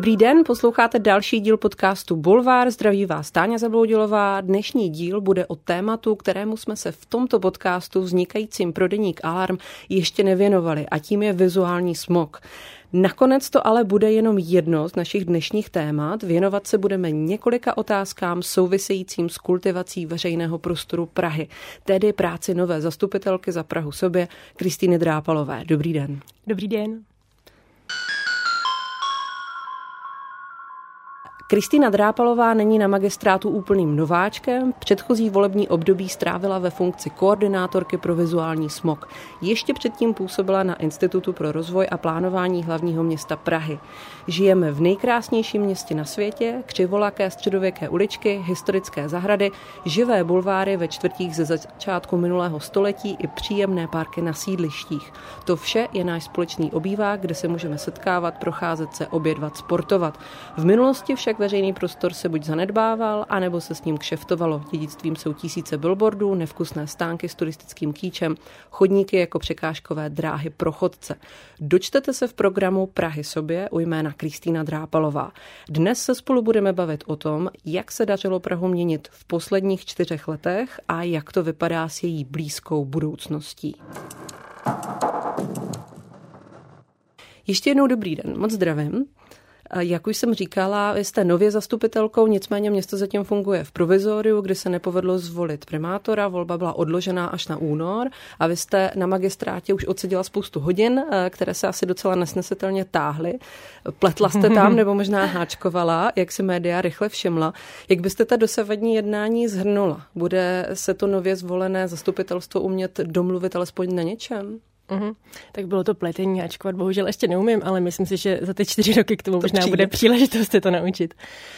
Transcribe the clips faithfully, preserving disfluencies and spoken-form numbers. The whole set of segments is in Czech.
Dobrý den, posloucháte další díl podcastu Bulvár. Zdraví vás Táňa Zabloudilová. Dnešní díl bude o tématu, kterému jsme se v tomto podcastu vznikajícím pro deník Alarm ještě nevěnovali, a tím je vizuální smog. Nakonec to ale bude jenom jedno z našich dnešních témat. Věnovat se budeme několika otázkám souvisejícím s kultivací veřejného prostoru Prahy, tedy práci nové zastupitelky za Prahu sobě, Kristýny Drápalové. Dobrý den. Dobrý den. Kristýna Drápalová není na magistrátu úplným nováčkem. Předchozí volební období strávila ve funkci koordinátorky pro vizuální smog. Ještě předtím působila na Institutu pro rozvoj a plánování hlavního města Prahy. Žijeme v nejkrásnějším městě na světě, křivolaké středověké uličky, historické zahrady, živé bulváry ve čtvrtích ze začátku minulého století i příjemné parky na sídlištích. To vše je náš společný obývák, kde se můžeme setkávat, procházet se, obědvat, sportovat. V minulosti však veřejný prostor se buď zanedbával, anebo se s ním kšeftovalo. Dědictvím jsou tisíce billboardů, nevkusné stánky s turistickým kýčem, chodníky jako překážkové dráhy pro chodce. Dočtete se v programu Prahy sobě u jména Kristýna Drápalová. Dnes se spolu budeme bavit o tom, jak se dařilo Prahu měnit v posledních čtyřech letech a jak to vypadá s její blízkou budoucností. Ještě jednou dobrý den, moc zdravím. Jak už jsem říkala, vy jste nově zastupitelkou, nicméně město zatím funguje v provizoriu, kdy se nepovedlo zvolit primátora, volba byla odložená až na únor a vy jste na magistrátě už odseděla spoustu hodin, které se asi docela nesnesitelně táhly. Pletla jste tam nebo možná háčkovala, jak si média rychle všimla. Jak byste ta dosavadní jednání shrnula? Bude se to nově zvolené zastupitelstvo umět domluvit alespoň na něčem? Uhum. Tak bylo to pletení, háčkovat bohužel ještě neumím, ale myslím si, že za ty čtyři roky k tomu to možná přijde. Bude příležitost se to naučit.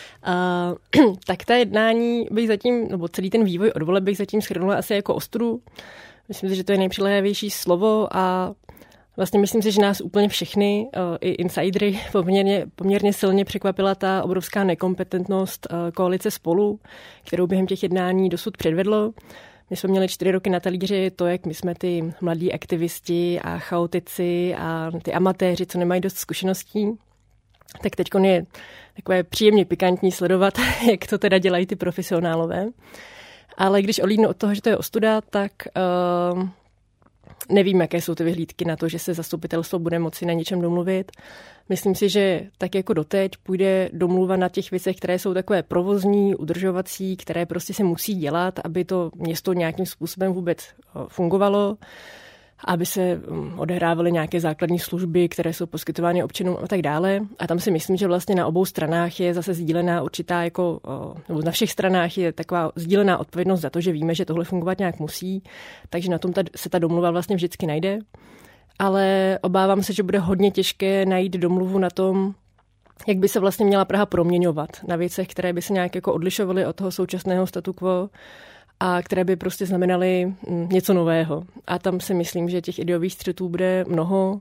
Uh, tak ta jednání bych zatím, nebo celý ten vývoj od voleb bych zatím shrnula asi jako ostudu. Myslím si, že to je nejpřiléhavější slovo a vlastně myslím si, že nás úplně všechny, uh, i insidery, poměrně, poměrně silně překvapila ta obrovská nekompetentnost uh, koalice Spolu, kterou během těch jednání dosud předvedlo. My jsme měli čtyři roky na talíři to, jak my jsme ty mladí aktivisti a chaotici a ty amatéři, co nemají dost zkušeností. Tak teď je takové příjemně pikantní sledovat, jak to teda dělají ty profesionálové. Ale když odlídnu od toho, že to je ostuda, tak uh, nevím, jaké jsou ty vyhlídky na to, že se zastupitelstvo bude moci na něčem domluvit. Myslím si, že tak jako doteď půjde domluva na těch věcech, které jsou takové provozní, udržovací, které prostě se musí dělat, aby to město nějakým způsobem vůbec fungovalo, aby se odehrávaly nějaké základní služby, které jsou poskytovány občanům a tak dále. A tam si myslím, že vlastně na obou stranách je zase sdílená určitá, jako, nebo na všech stranách je taková sdílená odpovědnost za to, že víme, že tohle fungovat nějak musí, takže na tom ta, se ta domluva vlastně vždycky najde. Ale obávám se, že bude hodně těžké najít domluvu na tom, jak by se vlastně měla Praha proměňovat na věcech, které by se nějak jako odlišovaly od toho současného statu quo a které by prostě znamenaly něco nového. A tam si myslím, že těch ideových střetů bude mnoho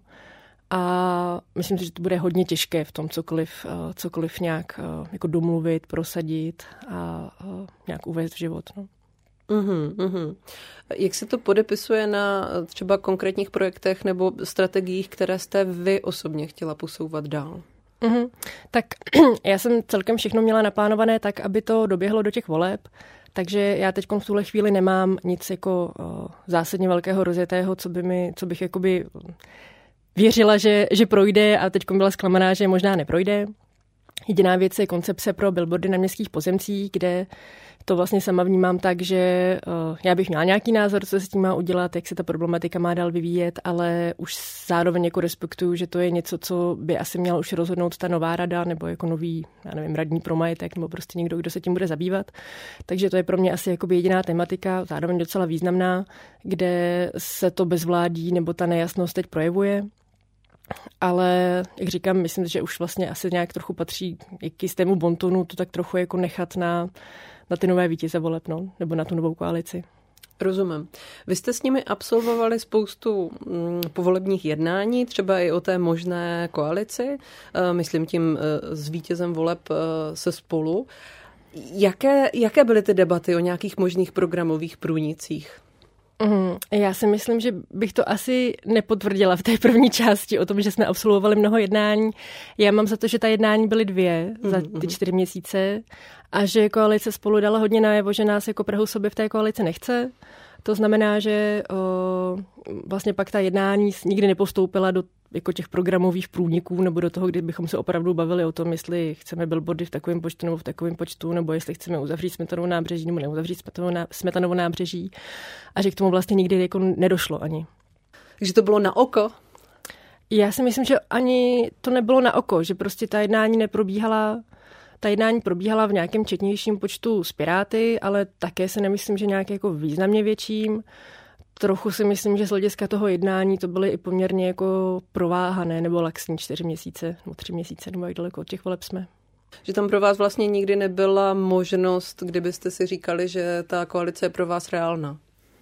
a myslím si, že to bude hodně těžké v tom cokoliv, cokoliv nějak jako domluvit, prosadit a nějak uvést v život. No. Uhum, uhum. Jak se to podepisuje na třeba konkrétních projektech nebo strategiích, které jste vy osobně chtěla posouvat dál? Uhum. Tak já jsem celkem všechno měla naplánované tak, aby to doběhlo do těch voleb, takže já teď v tuhle chvíli nemám nic jako o, zásadně velkého rozjetého, co, by mi, co bych jakoby věřila, že, že projde a teď byla zklamaná, že možná neprojde. Jediná věc je koncepce pro billboardy na městských pozemcích, kde to vlastně sama vnímám tak, že uh, já bych měla nějaký názor, co se s tím má udělat, jak se ta problematika má dál vyvíjet, ale už zároveň jako respektuju, že to je něco, co by asi měla už rozhodnout ta nová rada nebo jako nový, já nevím, radní pro majetek nebo prostě někdo, kdo se tím bude zabývat. Takže to je pro mě asi jakoby jediná tematika, zároveň docela významná, kde se to bezvládí nebo ta nejasnost teď projevuje. Ale, jak říkám, myslím, že už vlastně asi nějak trochu patří k jistému bontonu to tak trochu jako nechat na, na ty nové vítěze voleb, no, nebo na tu novou koalici. Rozumím. Vy jste s nimi absolvovali spoustu mm, povolebních jednání, třeba i o té možné koalici, e, myslím tím e, s vítězem voleb e, se Spolu. Jaké, jaké byly ty debaty o nějakých možných programových průnicích? Mm, já si myslím, že bych to asi nepotvrdila v té první části o tom, že jsme absolvovali mnoho jednání. Já mám za to, že ta jednání byly dvě mm, za ty čtyři měsíce a že koalice Spolu dala hodně najevo, že nás jako Prahu sobě v té koalici nechce. To znamená, že o, vlastně pak ta jednání nikdy nepostoupila do jako těch programových průniků nebo do toho, kdy bychom se opravdu bavili o tom, jestli chceme billboardy v takovém počtu nebo v takovém počtu, nebo jestli chceme uzavřít Smetanovou nábřeží nebo neuzavřít Smetanovou nábřeží. A že k tomu vlastně nikdy jako nedošlo ani. Takže to bylo na oko? Já si myslím, že ani to nebylo na oko, že prostě ta jednání neprobíhala. Ta jednání probíhala v nějakém četnějším počtu s Piráty, ale také se nemyslím, že nějak jako významně větším. Trochu si myslím, že z hlediska toho jednání to byly i poměrně jako prováhané nebo laxní čtyři měsíce, nebo tři měsíce, nebo jak daleko od těch voleb jsme. Že tam pro vás vlastně nikdy nebyla možnost, kdybyste si říkali, že ta koalice je pro vás reálná?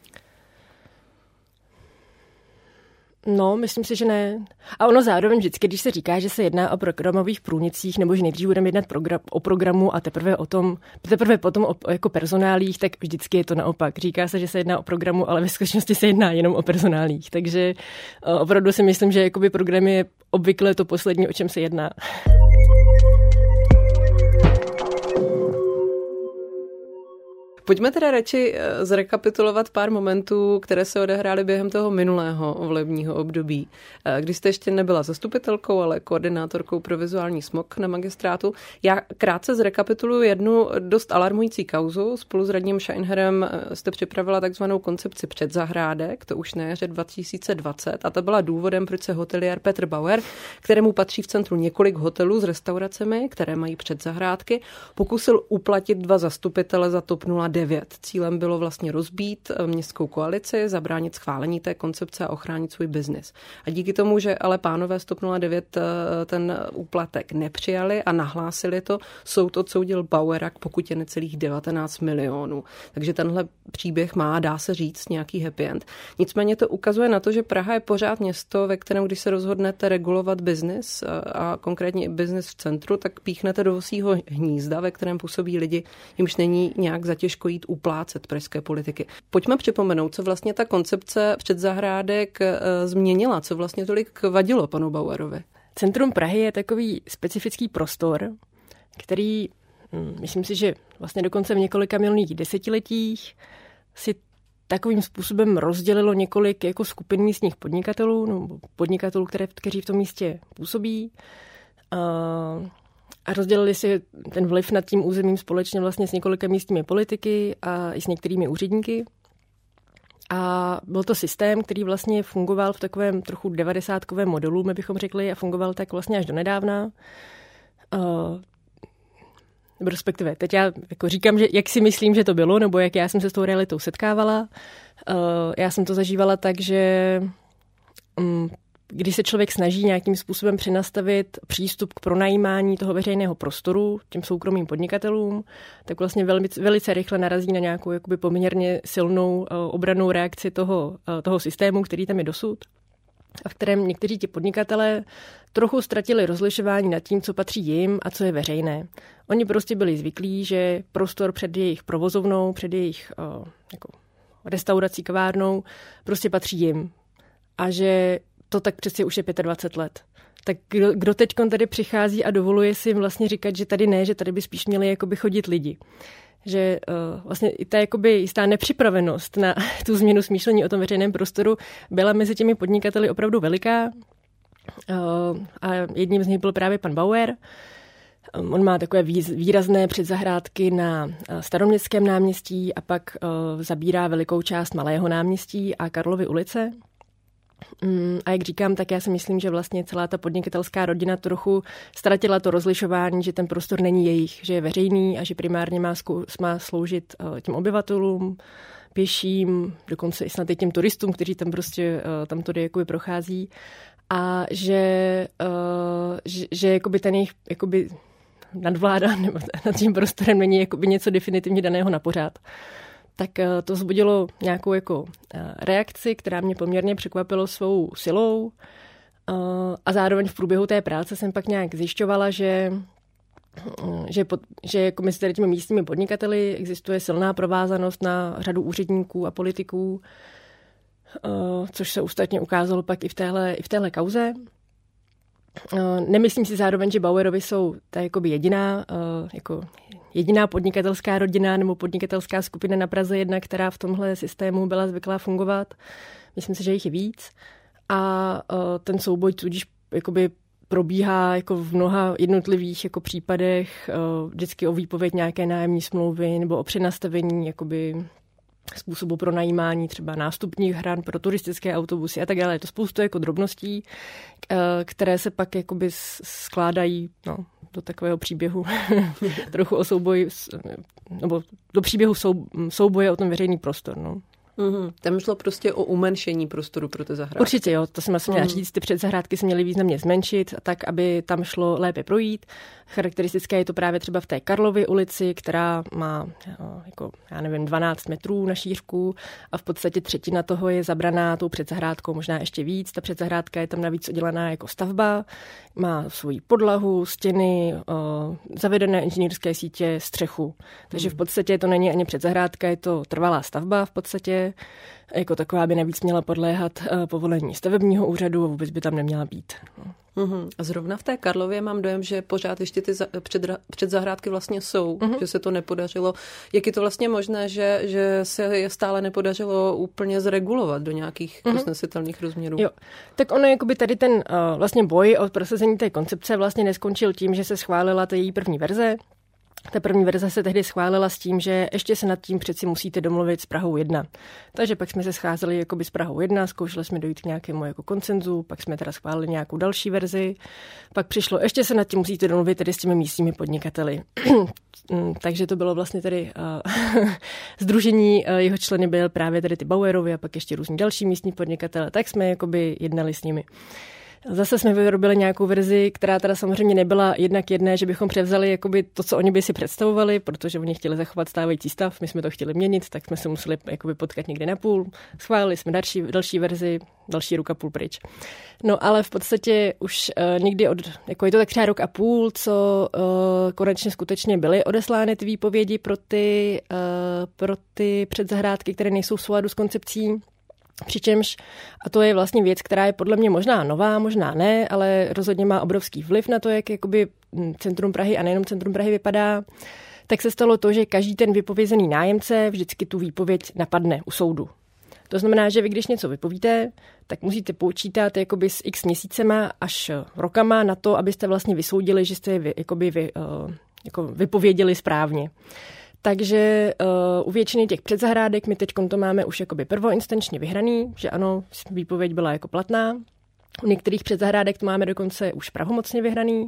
No, myslím si, že ne. A ono zároveň vždycky, když se říká, že se jedná o programových průnicích, nebo že nejdřív budeme jednat program, o programu a teprve o tom, teprve potom o, o jako personálích, tak vždycky je to naopak. Říká se, že se jedná o programu, ale ve skutečnosti se jedná jenom o personálích. Takže opravdu si myslím, že jakoby program je obvykle to poslední, o čem se jedná. Pojďme teda radši zrekapitulovat pár momentů, které se odehrály během toho minulého volebního období. Když jste ještě nebyla zastupitelkou, ale koordinátorkou pro vizuální smog na magistrátu. Já krátce zrekapituluji jednu dost alarmující kauzu. Spolu s radním Scheinherem jste připravila takzvanou koncepci předzahrádek, to už na jaře dva tisíce dvacet, a to byla důvodem, proč se hoteliér Petr Bauer, kterému patří v centru několik hotelů s restauracemi, které mají předzahrádky, pokusil uplatit dva zastupitele za TOP nula devět. Cílem bylo vlastně rozbít městskou koalici, zabránit schválení té koncepce a ochránit svůj biznis. A díky tomu, že ale pánové z TOP nula devět ten úplatek nepřijali a nahlásili to, soud odsoudil Bauera k pokutě necelých devatenáct milionů. Takže tenhle příběh má, dá se říct, nějaký happy end. Nicméně to ukazuje na to, že Praha je pořád město, ve kterém, když se rozhodnete regulovat biznis a konkrétně i biznis v centru, tak píchnete do svého hnízda, ve kterém působí lidi, jimž není nějak zatěžko jít uplácet pražské politiky. Pojďme připomenout, co vlastně ta koncepce předzahrádek změnila, co vlastně tolik vadilo panu Bauerovi. Centrum Prahy je takový specifický prostor, který, myslím si, že vlastně dokonce v několika minulých desetiletích si takovým způsobem rozdělilo několik jako skupin místních podnikatelů, nebo podnikatelů, které, kteří v tom místě působí. Uh, A rozdělili si ten vliv nad tím územím společně vlastně s několika místními politiky a i s některými úředníky. A byl to systém, který vlastně fungoval v takovém trochu devadesátkovém modelu, my bychom řekli, a fungoval tak vlastně až do nedávna. Uh, respektive, teď já jako říkám, že jak si myslím, že to bylo, nebo jak já jsem se s tou realitou setkávala. Uh, já jsem to zažívala tak, že um, když se člověk snaží nějakým způsobem přenastavit přístup k pronajímání toho veřejného prostoru těm soukromým podnikatelům, tak vlastně velmi, velice rychle narazí na nějakou jakoby poměrně silnou obrannou reakci toho, toho systému, který tam je dosud, a v kterém někteří ti podnikatelé trochu ztratili rozlišování nad tím, co patří jim a co je veřejné. Oni prostě byli zvyklí, že prostor před jejich provozovnou, před jejich jako restaurací, kavárnou prostě patří jim. A že to tak přeci už je dvacet pět let. Tak kdo, kdo teď tady přichází a dovoluje si jim vlastně říkat, že tady ne, že tady by spíš měli jakoby chodit lidi. Že uh, vlastně i ta jakoby jistá nepřipravenost na tu změnu smýšlení o tom veřejném prostoru byla mezi těmi podnikateli opravdu veliká. Uh, a jedním z nich byl právě pan Bauer. Um, on má takové výrazné předzahrádky na Staroměstském náměstí a pak uh, zabírá velikou část Malého náměstí a Karlovy ulice. A jak říkám, tak já si myslím, že vlastně celá ta podnikatelská rodina trochu ztratila to rozlišování, že ten prostor není jejich, že je veřejný a že primárně má, zkou, má sloužit těm obyvatelům, pěším, dokonce i snad i těm turistům, kteří tam prostě tam tady jakoby prochází, a že, že, že jakoby ten jejich jakoby nadvláda nebo nad tím prostorem není jakoby něco definitivně daného na pořád. Tak to vzbudilo nějakou jako reakci, která mě poměrně překvapilo svou silou, a zároveň v průběhu té práce jsem pak nějak zjišťovala, že, že, pod, že jako mezi těmi místními podnikateli existuje silná provázanost na řadu úředníků a politiků, což se ostatně ukázalo pak i v téhle, i v téhle kauze. Nemyslím si zároveň, že Bauerovi jsou ta jakoby jediná, jako jediná podnikatelská rodina nebo podnikatelská skupina na Praze jedna, která v tomhle systému byla zvyklá fungovat. Myslím si, že jich je víc. A ten souboj tudíž jakoby probíhá jako v mnoha jednotlivých jako případech, vždycky o výpověď nějaké nájemní smlouvy nebo o přenastavení jakoby způsobu pro najímání třeba nástupních hran pro turistické autobusy a tak dále. Je to spoustu jako drobností, které se pak jakoby skládají no, do takového příběhu trochu o souboji, nebo do příběhu sou, souboje o tom veřejný prostor. No. Mm-hmm. Tam šlo prostě o umenšení prostoru pro ty zahrádky. Určitě jo, to jsem asi měla mm. říct, ty předzahrádky se měly významně zmenšit, tak, aby tam šlo lépe projít. Charakteristické je to právě třeba v té Karlově ulici, která má, jako, já nevím, dvanáct metrů na šířku a v podstatě třetina toho je zabraná tou předzahrádkou, možná ještě víc. Ta předzahrádka je tam navíc udělaná jako stavba, má svoji podlahu, stěny, o, zavedené inženýrské sítě, střechu. Takže v podstatě to není ani předzahrádka, je to trvalá stavba v podstatě. Jako taková by navíc měla podléhat uh, povolení stavebního úřadu a vůbec by tam neměla být. Uhum. A zrovna v té Karlově mám dojem, že pořád ještě ty za, před, předzahrádky vlastně jsou, uhum. že se to nepodařilo. Jak je to vlastně možné, že, že se je stále nepodařilo úplně zregulovat do nějakých uhum. usnesitelných rozměrů? Jo, tak ono jakoby tady ten uh, vlastně boj o prosazení té koncepce vlastně neskončil tím, že se schválila ta její první verze. Ta první verze se tehdy schválila s tím, že ještě se nad tím přeci musíte domluvit s Prahou jedna. Takže pak jsme se scházeli jakoby s Prahou jedna, zkoušeli jsme dojít k nějakému jako konsenzu, pak jsme teda schválili nějakou další verzi. Pak přišlo, ještě se nad tím musíte domluvit tedy s těmi místními podnikateli. Takže to bylo vlastně tedy uh, sdružení, uh, jeho členy byl právě tedy ty Bauerovi a pak ještě různí další místní podnikatele, tak jsme jakoby jednali s nimi. Zase jsme vyrobili nějakou verzi, která teda samozřejmě nebyla jednak jedné, že bychom převzali jakoby to, co oni by si představovali, protože oni chtěli zachovat stávající stav, my jsme to chtěli měnit, tak jsme se museli jakoby potkat někde na půl. Schválili jsme další, další verzi, další ruka půl pryč. No ale v podstatě už uh, někdy od, jako je to tak třeba rok a půl, co uh, konečně skutečně byly odeslány ty výpovědi pro ty, uh, pro ty předzahrádky, které nejsou v souladu s koncepcí. Přičemž, a to je vlastně věc, která je podle mě možná nová, možná ne, ale rozhodně má obrovský vliv na to, jak jakoby centrum Prahy a nejenom centrum Prahy vypadá, tak se stalo to, že každý ten vypovězený nájemce vždycky tu výpověď napadne u soudu. To znamená, že vy když něco vypovíte, tak musíte počítat jakoby s x měsícema až rokama na to, abyste vlastně vysoudili, že jste je jakoby vy, jako vypověděli správně. Takže uh, u většiny těch předzahrádek my teď to máme už jakoby prvoinstančně vyhraný, že ano, výpověď byla jako platná. U některých předzahrádek to máme dokonce už pravomocně vyhraný,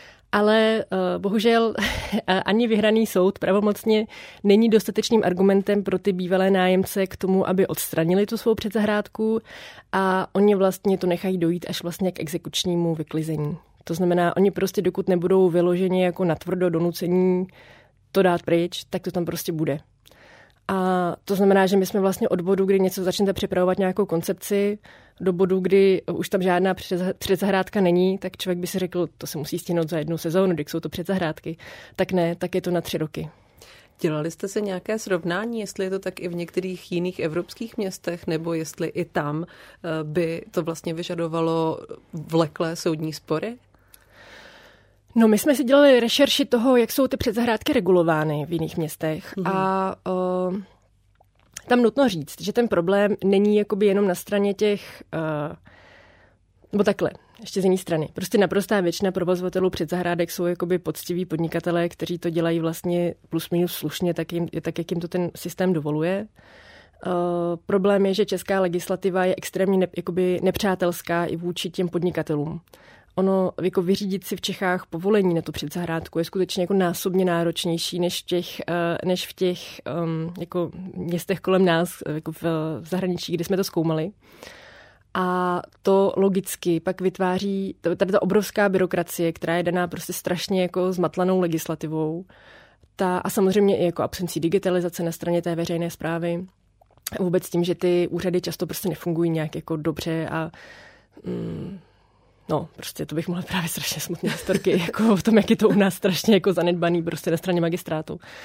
ale uh, bohužel ani vyhraný soud pravomocně není dostatečným argumentem pro ty bývalé nájemce k tomu, aby odstranili tu svou předzahrádku a oni vlastně to nechají dojít až vlastně k exekučnímu vyklizení. To znamená, oni prostě dokud nebudou vyloženě jako natvrdo donucení to dát pryč, tak to tam prostě bude. A to znamená, že my jsme vlastně od bodu, kdy něco začnete připravovat nějakou koncepci, do bodu, kdy už tam žádná předzahrádka není, tak člověk by si řekl, to se musí stihnout za jednu sezónu, když jsou to předzahrádky. Tak ne, tak je to na tři roky. Dělali jste se nějaké srovnání, jestli je to tak i v některých jiných evropských městech, nebo jestli i tam by to vlastně vyžadovalo vleklé soudní spory? No, my jsme si dělali rešerši toho, jak jsou ty předzahrádky regulovány v jiných městech mm. a uh, tam nutno říct, že ten problém není jakoby jenom na straně těch, uh, nebo takhle, ještě z jiné strany. Prostě naprostá většina provozovatelů předzahrádek jsou jakoby poctiví podnikatelé, kteří to dělají vlastně plus minus slušně, tak, jim, tak jak jim to ten systém dovoluje. Uh, problém je, že česká legislativa je extrémně ne, jakoby nepřátelská i vůči těm podnikatelům. Ono jako vyřídit si v Čechách povolení na tu předzahrádku je skutečně jako násobně náročnější než v těch, než v těch um, jako městech kolem nás, jako v, v zahraničí, kde jsme to zkoumali. A to logicky pak vytváří tady ta obrovská byrokracie, která je daná prostě strašně jako zmatlanou legislativou. Ta, a samozřejmě i jako absencí digitalizace na straně té veřejné správy. Vůbec tím, že ty úřady často prostě nefungují nějak jako dobře a mm, no, prostě to bych mohla právě strašně smutné historky, jako v tom, jak je to u nás strašně jako zanedbaný prostě na straně magistrátu.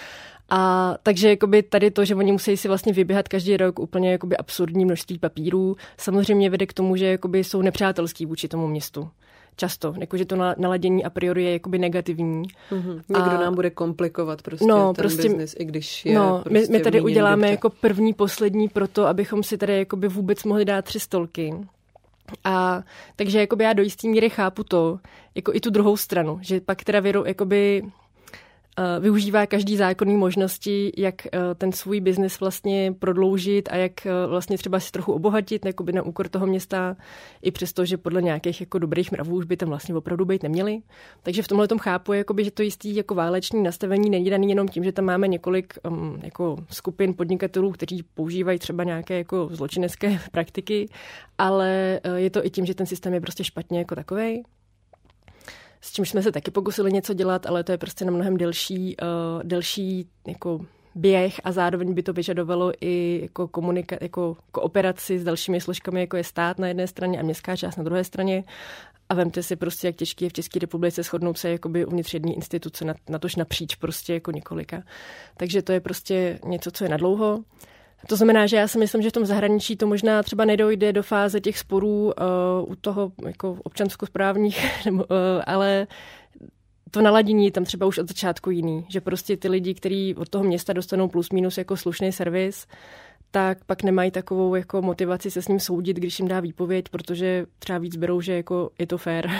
A takže jakoby tady to, že oni musí si vlastně vyběhat každý rok úplně jakoby absurdní množství papírů, samozřejmě vede k tomu, že jakoby jsou nepřátelský vůči tomu městu. Často, jakože to naladění a priori je jakoby negativní. Mm-hmm. Někdo a, nám bude komplikovat prostě no, ten prostě, biznis, i když je no, prostě my, my tady uděláme dobře. jako první, poslední proto, abychom si tady jakoby vůbec mohli dát tři stolky. A takže jakoby já do jistý míry chápu to, jako i tu druhou stranu, že pak teda věru, jakoby uh, využívá každý zákonný možnosti, jak uh, ten svůj biznis vlastně prodloužit a jak uh, vlastně třeba si trochu obohatit jakoby na úkor toho města, i přesto, že podle nějakých jako dobrých mravů už by tam vlastně opravdu být neměli. Takže v tomhle tom chápu, jakoby, že to jistý jako váleční nastavení není daný jenom tím, že tam máme několik um, jako skupin podnikatelů, kteří používají třeba nějaké jako zločinecké praktiky, ale uh, je to i tím, že ten systém je prostě špatně jako takovej. S čím jsme se taky pokusili něco dělat, ale to je prostě na mnohem delší, uh, delší jako běh a zároveň by to vyžadovalo i jako, komunika- jako kooperaci s dalšími složkami, jako je stát na jedné straně a městská část na druhé straně. A vemte si prostě, jak těžký je v České republice shodnout se jakoby uvnitř jedné instituce, na, natož napříč prostě jako několika. Takže to je prostě něco, co je nadlouho. To znamená, že já si myslím, že v tom zahraničí to možná třeba nedojde do fáze těch sporů uh, u toho jako občansko-správních, nebo, uh, ale to naladění je tam třeba už od začátku jiný, že prostě ty lidi, kteří od toho města dostanou plus minus jako slušný servis, tak pak nemají takovou jako motivaci se s ním soudit, když jim dá výpověď, protože třeba víc berou, že jako je to fér.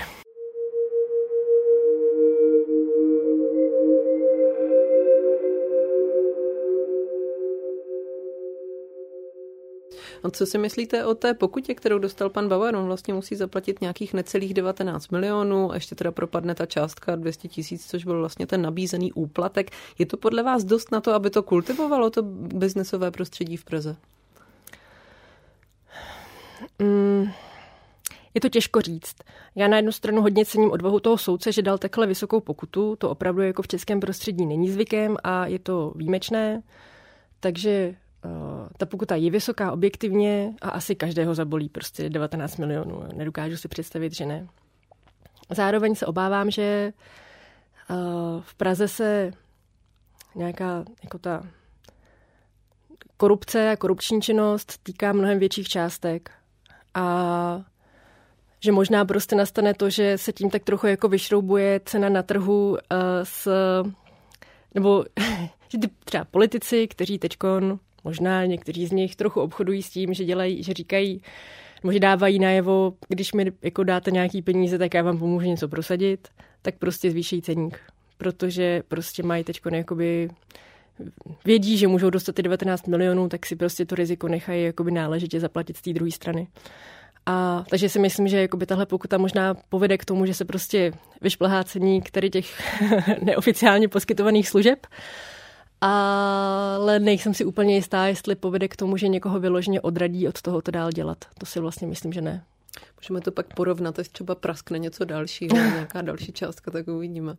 A co si myslíte o té pokutě, kterou dostal pan Bauer? On vlastně musí zaplatit nějakých necelých devatenáct milionů a ještě teda propadne ta částka dvě stě tisíc, což byl vlastně ten nabízený úplatek. Je to podle vás dost na to, aby to kultivovalo to biznesové prostředí v Praze? Mm, je to těžko říct. Já na jednu stranu hodně cením odvahu toho soudce, že dal takhle vysokou pokutu. To opravdu jako v českém prostředí není zvykem a je to výjimečné. Takže Uh, ta pokuta je vysoká objektivně a asi každého zabolí prostě devatenáct milionů. Nedokážu si představit, že ne. Zároveň se obávám, že uh, v Praze se nějaká jako ta korupce a korupční činnost týká mnohem větších částek a že možná prostě nastane to, že se tím tak trochu jako vyšroubuje cena na trhu uh, s, nebo že ty třeba politici, kteří teďkon možná někteří z nich trochu obchodují s tím, že dělají, že říkají, nebo že dávají najevo, když mi jako dáte nějaký peníze, tak já vám pomůžu něco prosadit, tak prostě zvýší ceník. Protože prostě mají teď jakoby vědí, že můžou dostat ty devatenáct milionů, tak si prostě to riziko nechají jakoby náležitě zaplatit z té druhé strany. A takže si myslím, že jakoby tahle pokuta možná povede k tomu, že se prostě vyšplhá ceník tady těch neoficiálně poskytovaných služeb. Ale nejsem si úplně jistá, jestli povede k tomu, že někoho vyloženě odradí od toho to dál dělat. To si vlastně myslím, že ne. Můžeme to pak porovnat, až třeba praskne něco dalšího, nějaká další částka, tak uvidíme.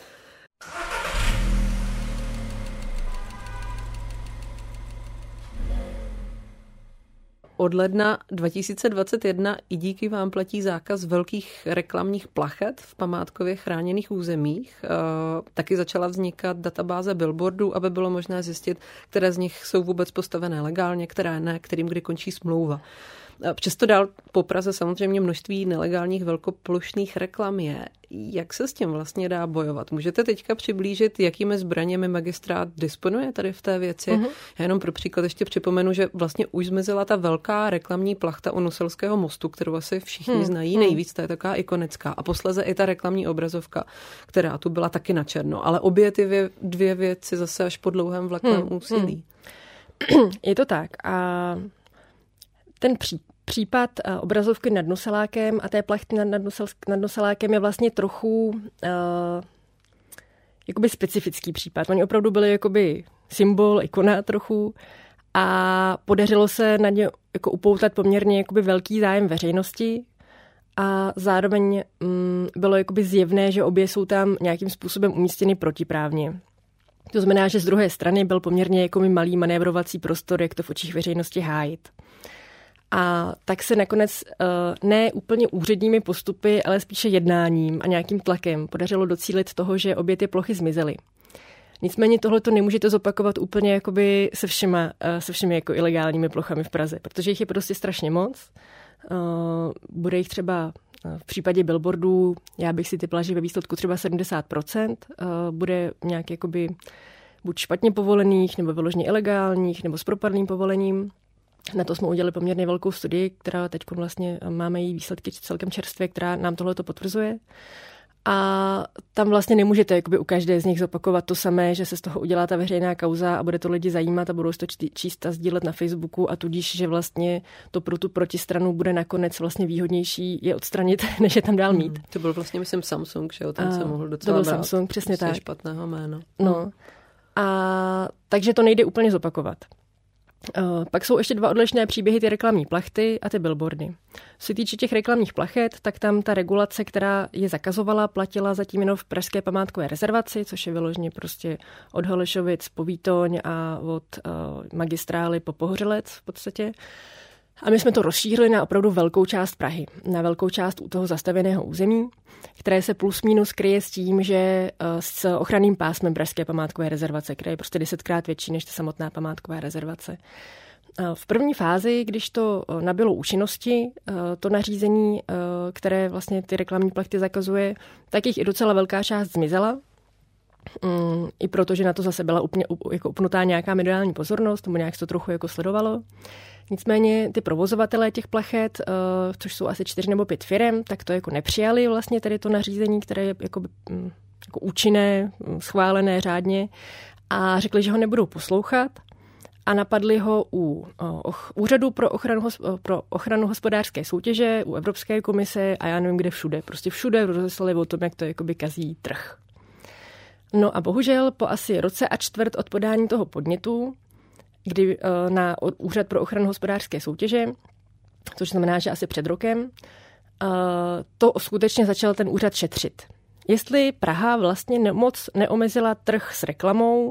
Od ledna dva tisíce dvacet jedna i díky vám platí zákaz velkých reklamních plachet v památkově chráněných územích. E, taky začala vznikat databáze billboardů, aby bylo možné zjistit, které z nich jsou vůbec postavené legálně, které ne, kterým kdy končí smlouva. Přesto dál po Praze samozřejmě množství nelegálních velkoplošných reklam je. Jak se s tím vlastně dá bojovat? Můžete teďka přiblížit, jakými zbraněmi magistrát disponuje tady v té věci? Uh-huh. Já jenom pro příklad ještě připomenu, že vlastně už zmizela ta velká reklamní plachta u Nuselského mostu, kterou asi všichni hmm. znají nejvíc, ta je taková ikonická. A posléze i ta reklamní obrazovka, která tu byla taky na černo. Ale obě ty vě, dvě věci zase až po dlouhém vlakovém hmm. úsilí. Hmm. Je to tak. A ten pří, případ uh, obrazovky nad Nuselákem a té plachty nad, nad, Nusel, nad Nuselákem je vlastně trochu uh, jakoby specifický případ. Oni opravdu byli jakoby symbol, ikona trochu a podařilo se na ně jako upoutat poměrně jakoby velký zájem veřejnosti a zároveň um, bylo jakoby zjevné, že obě jsou tam nějakým způsobem umístěny protiprávně. To znamená, že z druhé strany byl poměrně jakoby malý manévrovací prostor, jak to v očích veřejnosti hájit. A tak se nakonec uh, ne úplně úředními postupy, ale spíše jednáním a nějakým tlakem podařilo docílit toho, že obě ty plochy zmizely. Nicméně tohle to nemůžete zopakovat úplně jakoby se všema, se všemi jako ilegálními plochami v Praze, protože jich je prostě strašně moc. Bude jich třeba v případě billboardů, já bych si typla, že ve výsledku třeba sedmdesát procent bude nějak jakoby buď špatně povolených, nebo vyloženě ilegálních, nebo s propadlým povolením. Na to jsme udělali poměrně velkou studii, která teď vlastně máme její výsledky celkem čerstvě, která nám tohle to potvrzuje. A tam vlastně nemůžete jakoby u každé z nich zopakovat to samé, že se z toho udělá ta veřejná kauza a bude to lidi zajímat a budou si to číst a sdílet na Facebooku a tudíž, že vlastně to pro tu protistranu bude nakonec vlastně výhodnější je odstranit, než je tam dál mít. Hmm, to byl vlastně, myslím, Samsung, že jo, ten se mohl docela to byl brát. Samsung, přesně tak. Špatného jména. No. A takže to nejde úplně zopakovat. Uh, pak jsou ještě dva odlišné příběhy, ty reklamní plachty a ty billboardy. Co se týče těch reklamních plachet, tak tam ta regulace, která je zakazovala, platila zatím jenom v pražské památkové rezervaci, což je vyloženě prostě od Holešovic po Výtoň a od uh, magistrály po Pohořelec v podstatě. A my jsme to rozšířili na opravdu velkou část Prahy, na velkou část u toho zastavěného území, které se plus minus kryje s tím, že s ochranným pásmem pražské památkové rezervace, které je prostě desetkrát větší než ta samotná památková rezervace. V první fázi, když to nabylo účinnosti, to nařízení, které vlastně ty reklamní plachty zakazuje, tak jich i docela velká část zmizela. I protože na to zase byla úplně jako upnutá nějaká mediální pozornost, tomu nějak se to trochu jako sledovalo. Nicméně ty provozovatelé těch plachet, což jsou asi čtyři nebo pět firem, tak to jako nepřijali vlastně tady to nařízení, které je jako, jako účinné, schválené řádně a řekli, že ho nebudou poslouchat a napadli ho u Úřadu pro ochranu, pro ochranu hospodářské soutěže, u Evropské komise a já nevím kde všude. Prostě všude rozeslali o tom, jak to jakoby kazí trh. No a bohužel po asi roce a čtvrt od podání toho podnětu, kdy na Úřad pro ochranu hospodářské soutěže, což znamená, že asi před rokem, to skutečně začal ten úřad šetřit. Jestli Praha vlastně moc neomezila trh s reklamou,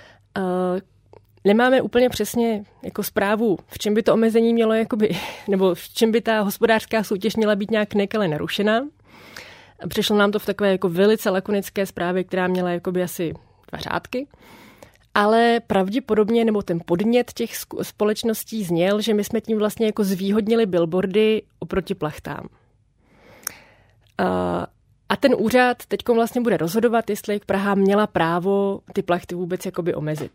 nemáme úplně přesně jako zprávu, v čem by to omezení mělo, jakoby, nebo v čem by ta hospodářská soutěž měla být nějak nekale narušena. Přišlo nám to v takové jako velice lakonické zprávě, která měla jakoby asi dva řádky. Ale pravděpodobně, nebo ten podnět těch společností zněl, že my jsme tím vlastně jako zvýhodnili billboardy oproti plachtám. A ten úřad teďkom vlastně bude rozhodovat, jestli Praha měla právo ty plachty vůbec jakoby omezit.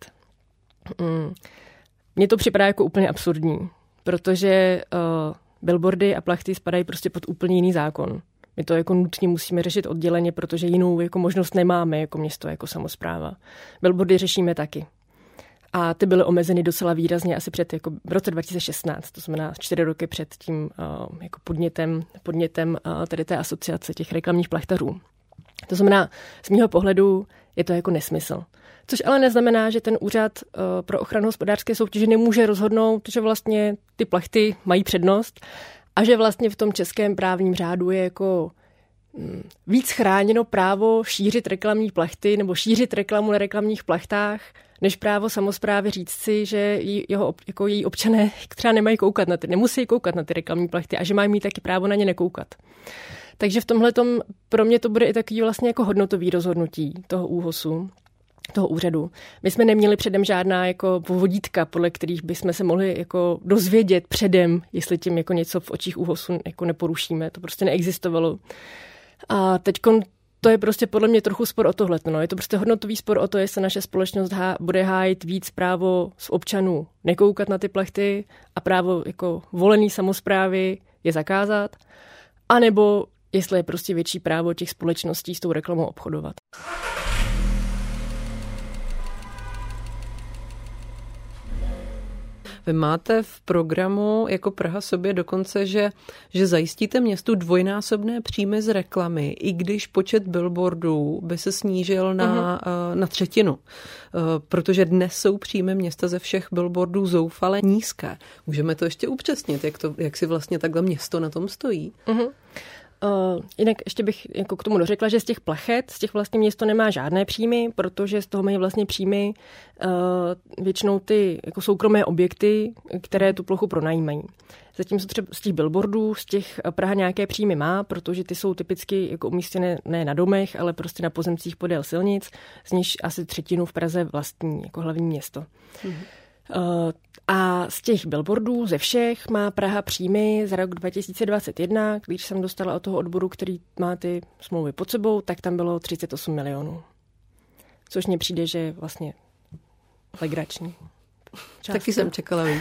Mně to připadá jako úplně absurdní, protože billboardy a plachty spadají prostě pod úplně jiný zákon. My to jako nutně musíme řešit odděleně, protože jinou jako možnost nemáme jako město, jako samospráva. Billboardy řešíme taky. A ty byly omezeny docela výrazně asi před jako v roce dva tisíce šestnáct, to znamená čtyři roky před tím uh, jako podnětem, podnětem uh, tady té asociace těch reklamních plachtařů. To znamená, z mého pohledu je to jako nesmysl. Což ale neznamená, že ten úřad uh, pro ochranu hospodářské soutěže nemůže rozhodnout, že vlastně ty plachty mají přednost, a že vlastně v tom českém právním řádu je jako víc chráněno právo šířit reklamní plachty nebo šířit reklamu na reklamních plachtách, než právo samosprávy říct si, že jeho, jako její občané třeba nemají koukat na ty, nemusí koukat na ty reklamní plachty a že mají mít taky právo na ně nekoukat. Takže v tomhletom pro mě to bude i takový vlastně jako hodnotový rozhodnutí toho ÚHOSu, toho úřadu. My jsme neměli předem žádná jako vodítka, podle kterých bychom se mohli jako dozvědět předem, jestli tím jako něco v očích ÚHOSu jako neporušíme. To prostě neexistovalo. A teďkon to je prostě podle mě trochu spor o tohle. No. Je to prostě hodnotový spor o to, jestli naše společnost há, bude hájit víc právo z občanů nekoukat na ty plachty a právo jako volený samosprávy je zakázat, anebo jestli je prostě větší právo těch společností s tou reklamou obchodovat. Vy máte v programu jako Praha sobě dokonce, že, že zajistíte městu dvojnásobné příjmy z reklamy, i když počet billboardů by se snížil na, uh-huh. na třetinu. Uh, protože dnes jsou příjmy města ze všech billboardů zoufale nízké. Můžeme to ještě upřesnit, jak, to, jak si vlastně takhle město na tom stojí? Uh-huh. Uh, jinak ještě bych jako k tomu dořekla, že z těch plachet, z těch vlastně město nemá žádné příjmy, protože z toho mají vlastně příjmy uh, většinou ty jako soukromé objekty, které tu plochu pronajímají. Zatímco třeba z těch billboardů, z těch Praha nějaké příjmy má, protože ty jsou typicky jako umístěné ne na domech, ale prostě na pozemcích podél silnic, z nich asi třetinu v Praze vlastní, jako hlavní město. Mm-hmm. Uh, a z těch billboardů, ze všech, má Praha příjmy za rok dva tisíce dvacet jedna, když jsem dostala od toho odboru, který má ty smlouvy pod sebou, tak tam bylo třicet osm milionů. Což mně přijde, že je vlastně legrační částka. Taky jsem čekala víc.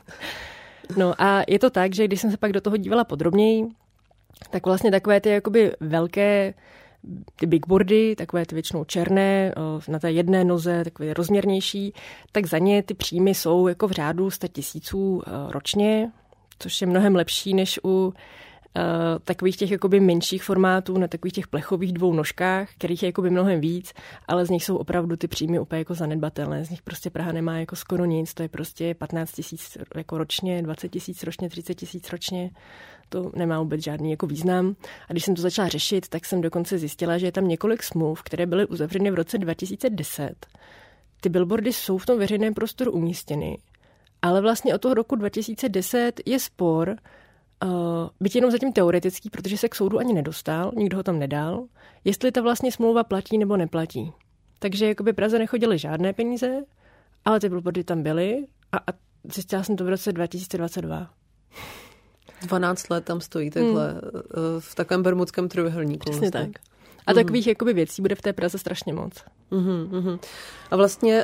No a je to tak, že když jsem se pak do toho dívala podrobněji, tak vlastně takové ty jakoby velké ty bigboardy, takové ty většinou černé, na té jedné noze, takové rozměrnější, tak za ně ty příjmy jsou jako v řádu sto tisíců ročně, což je mnohem lepší než u Uh, takových těch jakoby menších formátů na takových těch plechových dvou nožkách, kterých je jakoby mnohem víc, ale z nich jsou opravdu ty příjmy úplně jako zanedbatelné. Z nich prostě Praha nemá jako skoro nic, to je prostě patnáct tisíc jako ročně, dvacet tisíc ročně, třicet tisíc ročně. To nemá vůbec žádný jako význam. A když jsem to začala řešit, tak jsem dokonce zjistila, že je tam několik smluv, které byly uzavřeny v roce dva tisíce deset. Ty billboardy jsou v tom veřejném prostoru umístěny, ale vlastně od toho roku dva tisíce deset je spor, Uh, byť jenom zatím teoretický, protože se k soudu ani nedostal, nikdo ho tam nedal, jestli ta vlastně smlouva platí nebo neplatí. Takže jakoby Praze nechodily žádné peníze, ale ty billboardy tam byly a, a zjistila jsem to v roce dva tisíce dvacet dva. dvanáct let tam stojí takhle hmm. v takovém bermudském trojúhelníku. Přesně vlastně. Tak. A mm. takových jakoby věcí bude v té Praze strašně moc. Mm, mm. A vlastně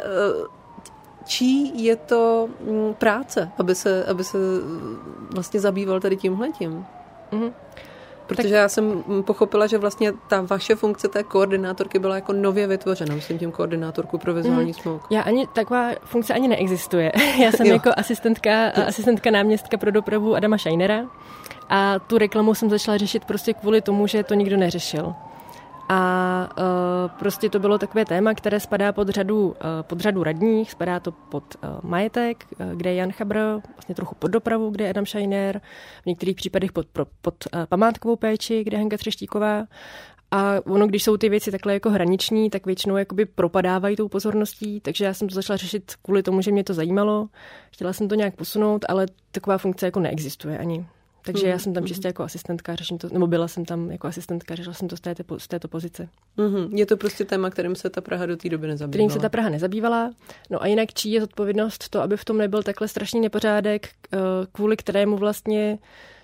čí je to práce, aby se, aby se vlastně zabýval tady tímhletím? Mm-hmm. Protože tak já jsem pochopila, že vlastně ta vaše funkce té koordinátorky byla jako nově vytvořena, myslím tím koordinátorku pro vizuální mm. smog. Já ani, taková funkce ani neexistuje. Já jsem jako asistentka, asistentka náměstka pro dopravu Adama Scheinera a tu reklamu jsem začala řešit prostě kvůli tomu, že to nikdo neřešil. A uh, prostě to bylo takové téma, které spadá pod řadu, uh, pod řadu radních, spadá to pod uh, majetek, uh, kde je Jan Chabr, vlastně trochu pod dopravu, kde je Adam Scheiner, v některých případech pod, pod, pod uh, památkovou péči, kde je Hanka Třeštíková. A ono, když jsou ty věci takhle jako hraniční, tak většinou jakoby propadávají tou pozorností, takže já jsem to začala řešit kvůli tomu, že mě to zajímalo. Chtěla jsem to nějak posunout, ale taková funkce jako neexistuje ani. Takže mm. já jsem tam čistě jako asistentka, řeším to, nebo byla jsem tam jako asistentka, řešila jsem to z této, z této pozice. Mm-hmm. Je to prostě téma, kterým se ta Praha do té doby nezabývala. Kterým se ta Praha nezabývala. No a jinak čí je zodpovědnost to, aby v tom nebyl takhle strašný nepořádek, kvůli kterému vlastně,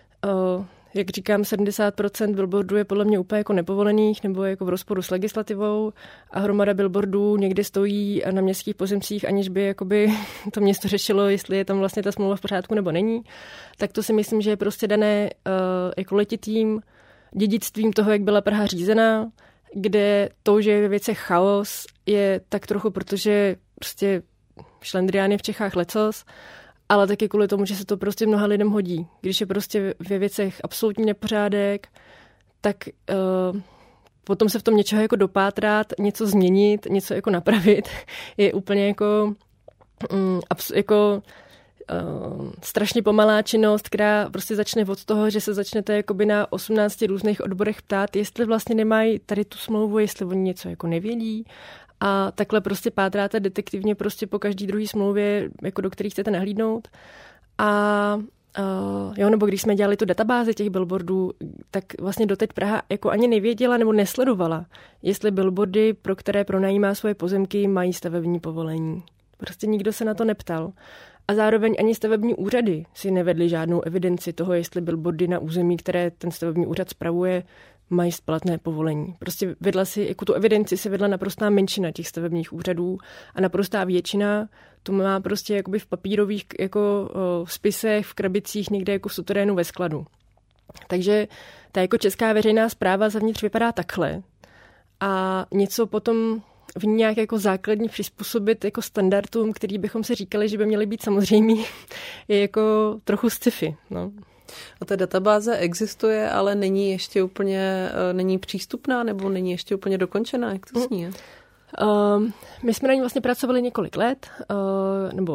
jak říkám, sedmdesát procent billboardů je podle mě úplně jako nepovolených nebo jako v rozporu s legislativou a hromada billboardů někde stojí na městských pozemcích, aniž by jakoby to město řešilo, jestli je tam vlastně ta smlouva v pořádku nebo není. Tak to si myslím, že je prostě dané uh, jako letitým dědictvím toho, jak byla Praha řízená, kde to, že je ve věcech chaos, je tak trochu, protože prostě šlendrián je v Čechách lecos, ale taky kvůli tomu, že se to prostě mnoha lidem hodí. Když je prostě ve věcech absolutní nepořádek, tak uh, potom se v tom něčeho jako dopátrat, něco změnit, něco jako napravit, je úplně jako, um, abs- jako uh, strašně pomalá činnost, která prostě začne od toho, že se začnete jakoby na osmnácti různých odborech ptát, jestli vlastně nemají tady tu smlouvu, jestli oni něco jako nevědí. A takhle prostě pátráte detektivně prostě po každý druhý smlouvě, jako do kterých chcete nahlídnout. A uh, jo, nebo když jsme dělali tu databázi těch billboardů, tak vlastně doteď Praha jako ani nevěděla nebo nesledovala, jestli billboardy, pro které pronajímá svoje pozemky, mají stavební povolení. Prostě nikdo se na to neptal. A zároveň ani stavební úřady si nevedly žádnou evidenci toho, jestli billboardy na území, které ten stavební úřad spravuje, mají splatné povolení. Prostě vedla si, jako tu evidenci se vedla naprostá menšina těch stavebních úřadů a naprostá většina to má prostě jakoby v papírových jako o, spisech, v krabicích, někde jako v suterénu ve skladu. Takže ta jako česká veřejná správa zavnitř vypadá takhle a něco potom v ní nějak jako základně přizpůsobit jako standardům, který bychom si říkali, že by měly být samozřejmý, je jako trochu sci-fi, no. A ta databáze existuje, ale není ještě úplně, není přístupná nebo není ještě úplně dokončená? Jak to s ní je? Uh, my jsme na ní vlastně pracovali několik let, uh, nebo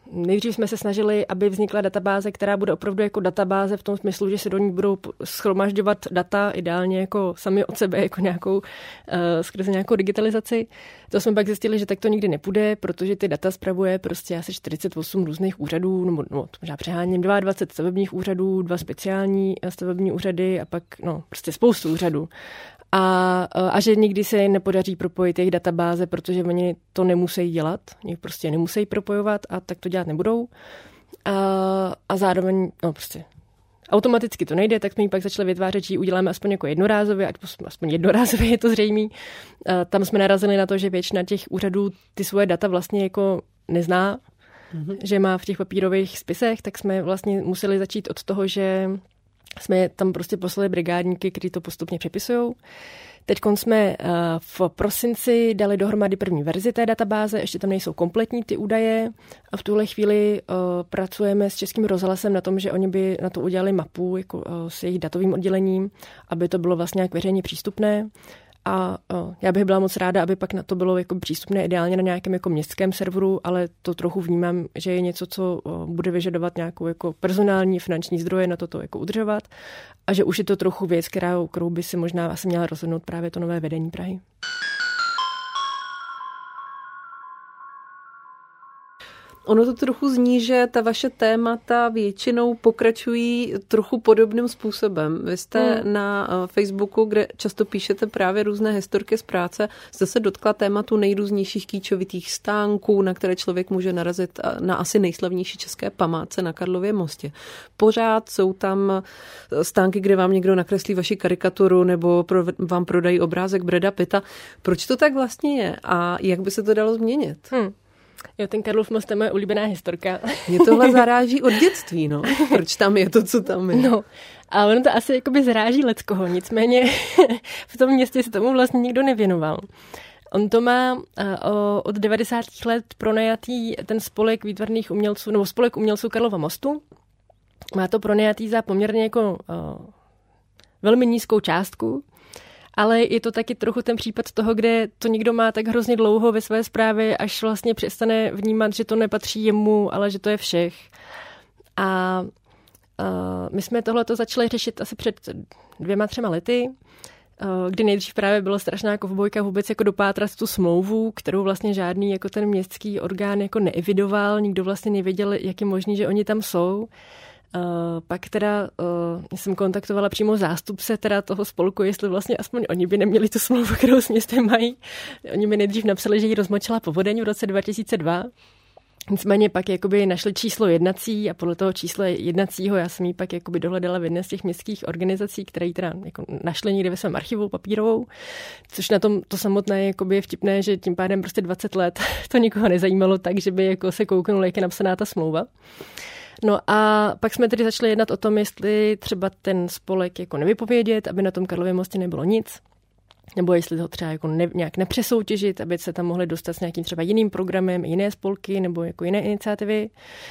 nejdřív jsme se snažili, aby vznikla databáze, která bude opravdu jako databáze v tom smyslu, že se do ní budou shromažďovat data, ideálně jako sami od sebe, jako nějakou, uh, skrze nějakou digitalizaci. To jsme pak zjistili, že tak to nikdy nepůjde, protože ty data spravuje prostě asi čtyřicet osm různých úřadů, nebo no, možná přeháním, dvacet dva stavebních úřadů, dva speciální stavební úřady a pak no, prostě spoustu úřadů. A, a že nikdy se nepodaří propojit jejich databáze, protože oni to nemusí dělat, oni prostě nemusí propojovat a tak to dělat nebudou. A, a zároveň, no prostě automaticky to nejde, tak jsme ji pak začali vytvářet, že ji uděláme aspoň jako jednorázově, ať aspoň jednorázově je to zřejmý. A tam jsme narazili na to, že většina těch úřadů ty svoje data vlastně jako nezná, mm-hmm. že má v těch papírových spisech, tak jsme vlastně museli začít od toho, že jsme tam prostě poslali brigádníky, kteří to postupně přepisují. Teď jsme v prosinci dali dohromady první verzi té databáze, ještě tam nejsou kompletní ty údaje a v tuhle chvíli pracujeme s Českým rozhlasem na tom, že oni by na to udělali mapu jako s jejich datovým oddělením, aby to bylo vlastně nějak veřejně přístupné. A o, já bych byla moc ráda, aby pak na to bylo jako přístupné ideálně na nějakém jako městském serveru, ale to trochu vnímám, že je něco, co o, bude vyžadovat nějakou jako personální finanční zdroje na toto jako udržovat a že už je to trochu věc, kterou, kterou by si možná asi měla rozhodnout právě to nové vedení Prahy. Ono to trochu zní, že ta vaše témata většinou pokračují trochu podobným způsobem. Vy jste hmm. na Facebooku, kde často píšete právě různé historky z práce, jste se dotkla tématu nejrůznějších kýčovitých stánků, na které člověk může narazit na asi nejslavnější české památce na Karlově mostě. Pořád jsou tam stánky, kde vám někdo nakreslí vaši karikaturu nebo pro, vám prodají obrázek Brada Pitta. Proč to tak vlastně je a jak by se to dalo změnit? Hmm. Jo, ten Karlov most je moje oblíbená historka. Mě tohle zaráží od dětství, no. Proč tam je to, co tam je? No, a ono to asi jakoby zaráží leckoho, nicméně v tom městě se tomu vlastně nikdo nevěnoval. On to má uh, od devadesátých let pronajatý ten spolek výtvarných umělců, nebo spolek umělců Karlova mostu. Má to pronajatý za poměrně jako uh, velmi nízkou částku. Ale je to taky trochu ten případ toho, kde to někdo má tak hrozně dlouho ve své správě, až vlastně přestane vnímat, že to nepatří jemu, ale že to je všech. A uh, my jsme tohleto začali řešit asi před dvěma, třema lety, uh, kdy nejdřív právě byla strašná kovbojka vůbec jako dopátrat tu smlouvu, kterou vlastně žádný jako ten městský orgán jako neevidoval, nikdo vlastně nevěděl, jak je možný, že oni tam jsou. Uh, pak teda uh, jsem kontaktovala přímo zástupce teda toho spolku, jestli vlastně aspoň oni by neměli tu smlouvu, kterou s městem mají. Oni mi nejdřív napsali, že ji rozmočila povodeň v roce dva tisíce dva. Nicméně pak jakoby našli číslo jednací a podle toho čísla jednacího já jsem ji pak jakoby dohledala v jedné z těch městských organizací, které ji teda jako našli někde ve svém archivu papírovou, což na tom to samotné jakoby je vtipné, že tím pádem prostě dvacet let to nikoho nezajímalo tak, že by jako se kouknul, jak je napsaná ta smlouva. No a pak jsme tedy začali jednat o tom, jestli třeba ten spolek jako nevypovědět, aby na tom Karlově mostě nebylo nic, nebo jestli to třeba jako ne, nějak nepřesoutěžit, aby se tam mohli dostat s nějakým třeba jiným programem, jiné spolky nebo jako jiné iniciativy.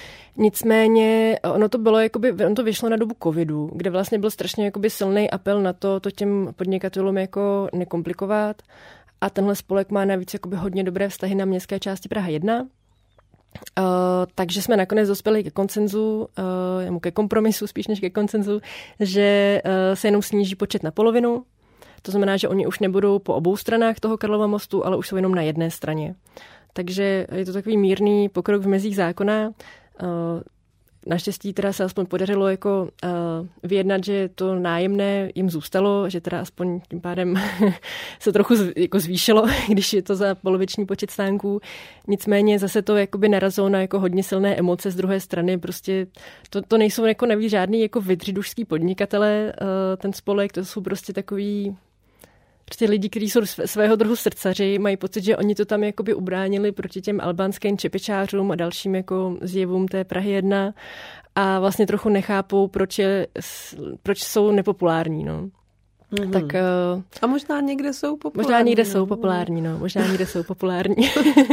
Nicméně ono to bylo, jakoby, ono to vyšlo na dobu covidu, kde vlastně byl strašně jakoby silný apel na to, to těm podnikatelům jako nekomplikovat. A tenhle spolek má navíc jakoby hodně dobré vztahy na městské části Praha jedna. Uh, takže jsme nakonec dospěli ke konsenzu, uh, nebo ke kompromisu spíš než ke konsenzu, že uh, se jenom sníží počet na polovinu. To znamená, že oni už nebudou po obou stranách toho Karlova mostu, ale už jsou jenom na jedné straně. Takže je to takový mírný pokrok v mezích zákona. Uh, Naštěstí teda se aspoň podařilo jako uh, vyjednat, že to nájemné jim zůstalo, že teda aspoň tím pádem se trochu z, jako zvýšilo, když je to za poloviční počet stánků. Nicméně zase to jakoby narazilo na jako hodně silné emoce z druhé strany. Prostě to, to nejsou jako navíc žádný jako vydřidušský podnikatelé, uh, ten spolek, to jsou prostě takový prostě lidi, kteří jsou svého druhu srdcaři, mají pocit, že oni to tam jakoby ubránili proti těm albánským čepičářům a dalším jako zjevům té Prahy jedna a vlastně trochu nechápou, proč, je, proč jsou nepopulární, no. Mm-hmm. Tak, uh, a možná někde jsou populární. Možná někde no. jsou populární, no. Možná někde jsou populární.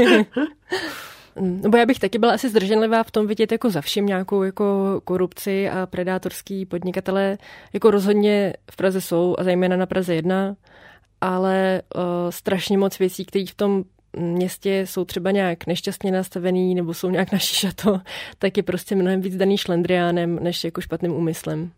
Nebo já bych taky byla asi zdrženlivá v tom vidět jako za vším nějakou jako korupci a predátorský podnikatelé. Jako rozhodně v Praze jsou a zejména na Praze jedna, ale uh, strašně moc věcí, které v tom městě jsou třeba nějak nešťastně nastavený nebo jsou nějak na šišato, tak je prostě mnohem víc daný šlendriánem než jako špatným úmyslem.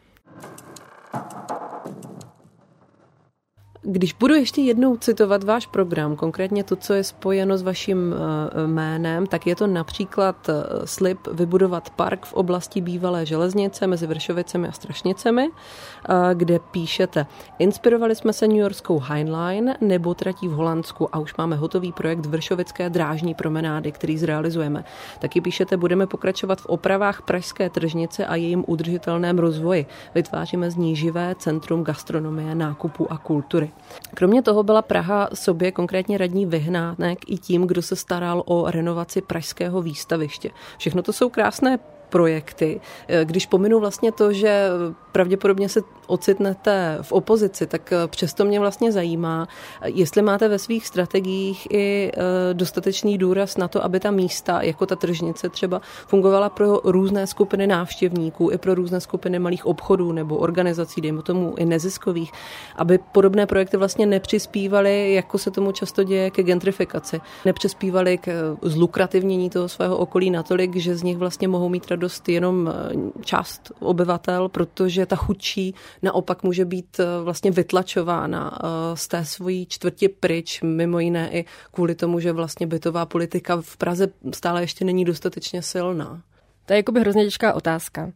Když budu ještě jednou citovat váš program, konkrétně to, co je spojeno s vaším jménem, tak je to například slib vybudovat park v oblasti bývalé železnice mezi Vršovicemi a Strašnicemi, kde píšete: inspirovali jsme se newyorskou High Line nebo tratí v Holandsku a už máme hotový projekt Vršovické drážní promenády, který zrealizujeme. Taky píšete: budeme pokračovat v opravách pražské tržnice a jejím udržitelném rozvoji. Vytváříme z ní živé centrum gastronomie, nákupu a kultury. Kromě toho byla Praha sobě, konkrétně radní Vyhnánek, i tím, kdo se staral o renovaci pražského výstaviště. Všechno to jsou krásné projekty. Když pominu vlastně to, že pravděpodobně se ocitnete v opozici, tak přesto mě vlastně zajímá, jestli máte ve svých strategiích i dostatečný důraz na to, aby ta místa, jako ta tržnice třeba, fungovala pro různé skupiny návštěvníků, i pro různé skupiny malých obchodů nebo organizací, dejme tomu i neziskových, aby podobné projekty vlastně nepřispívaly, jako se tomu často děje, ke gentrifikaci. Nepřispívaly k zlukrativnění toho svého okolí natolik, že z nich vlastně mohou mít radost jenom část obyvatel, protože ta chudší naopak může být vlastně vytlačována z té svojí čtvrti pryč, mimo jiné i kvůli tomu, že vlastně bytová politika v Praze stále ještě není dostatečně silná. To je jakoby hrozně těžká otázka.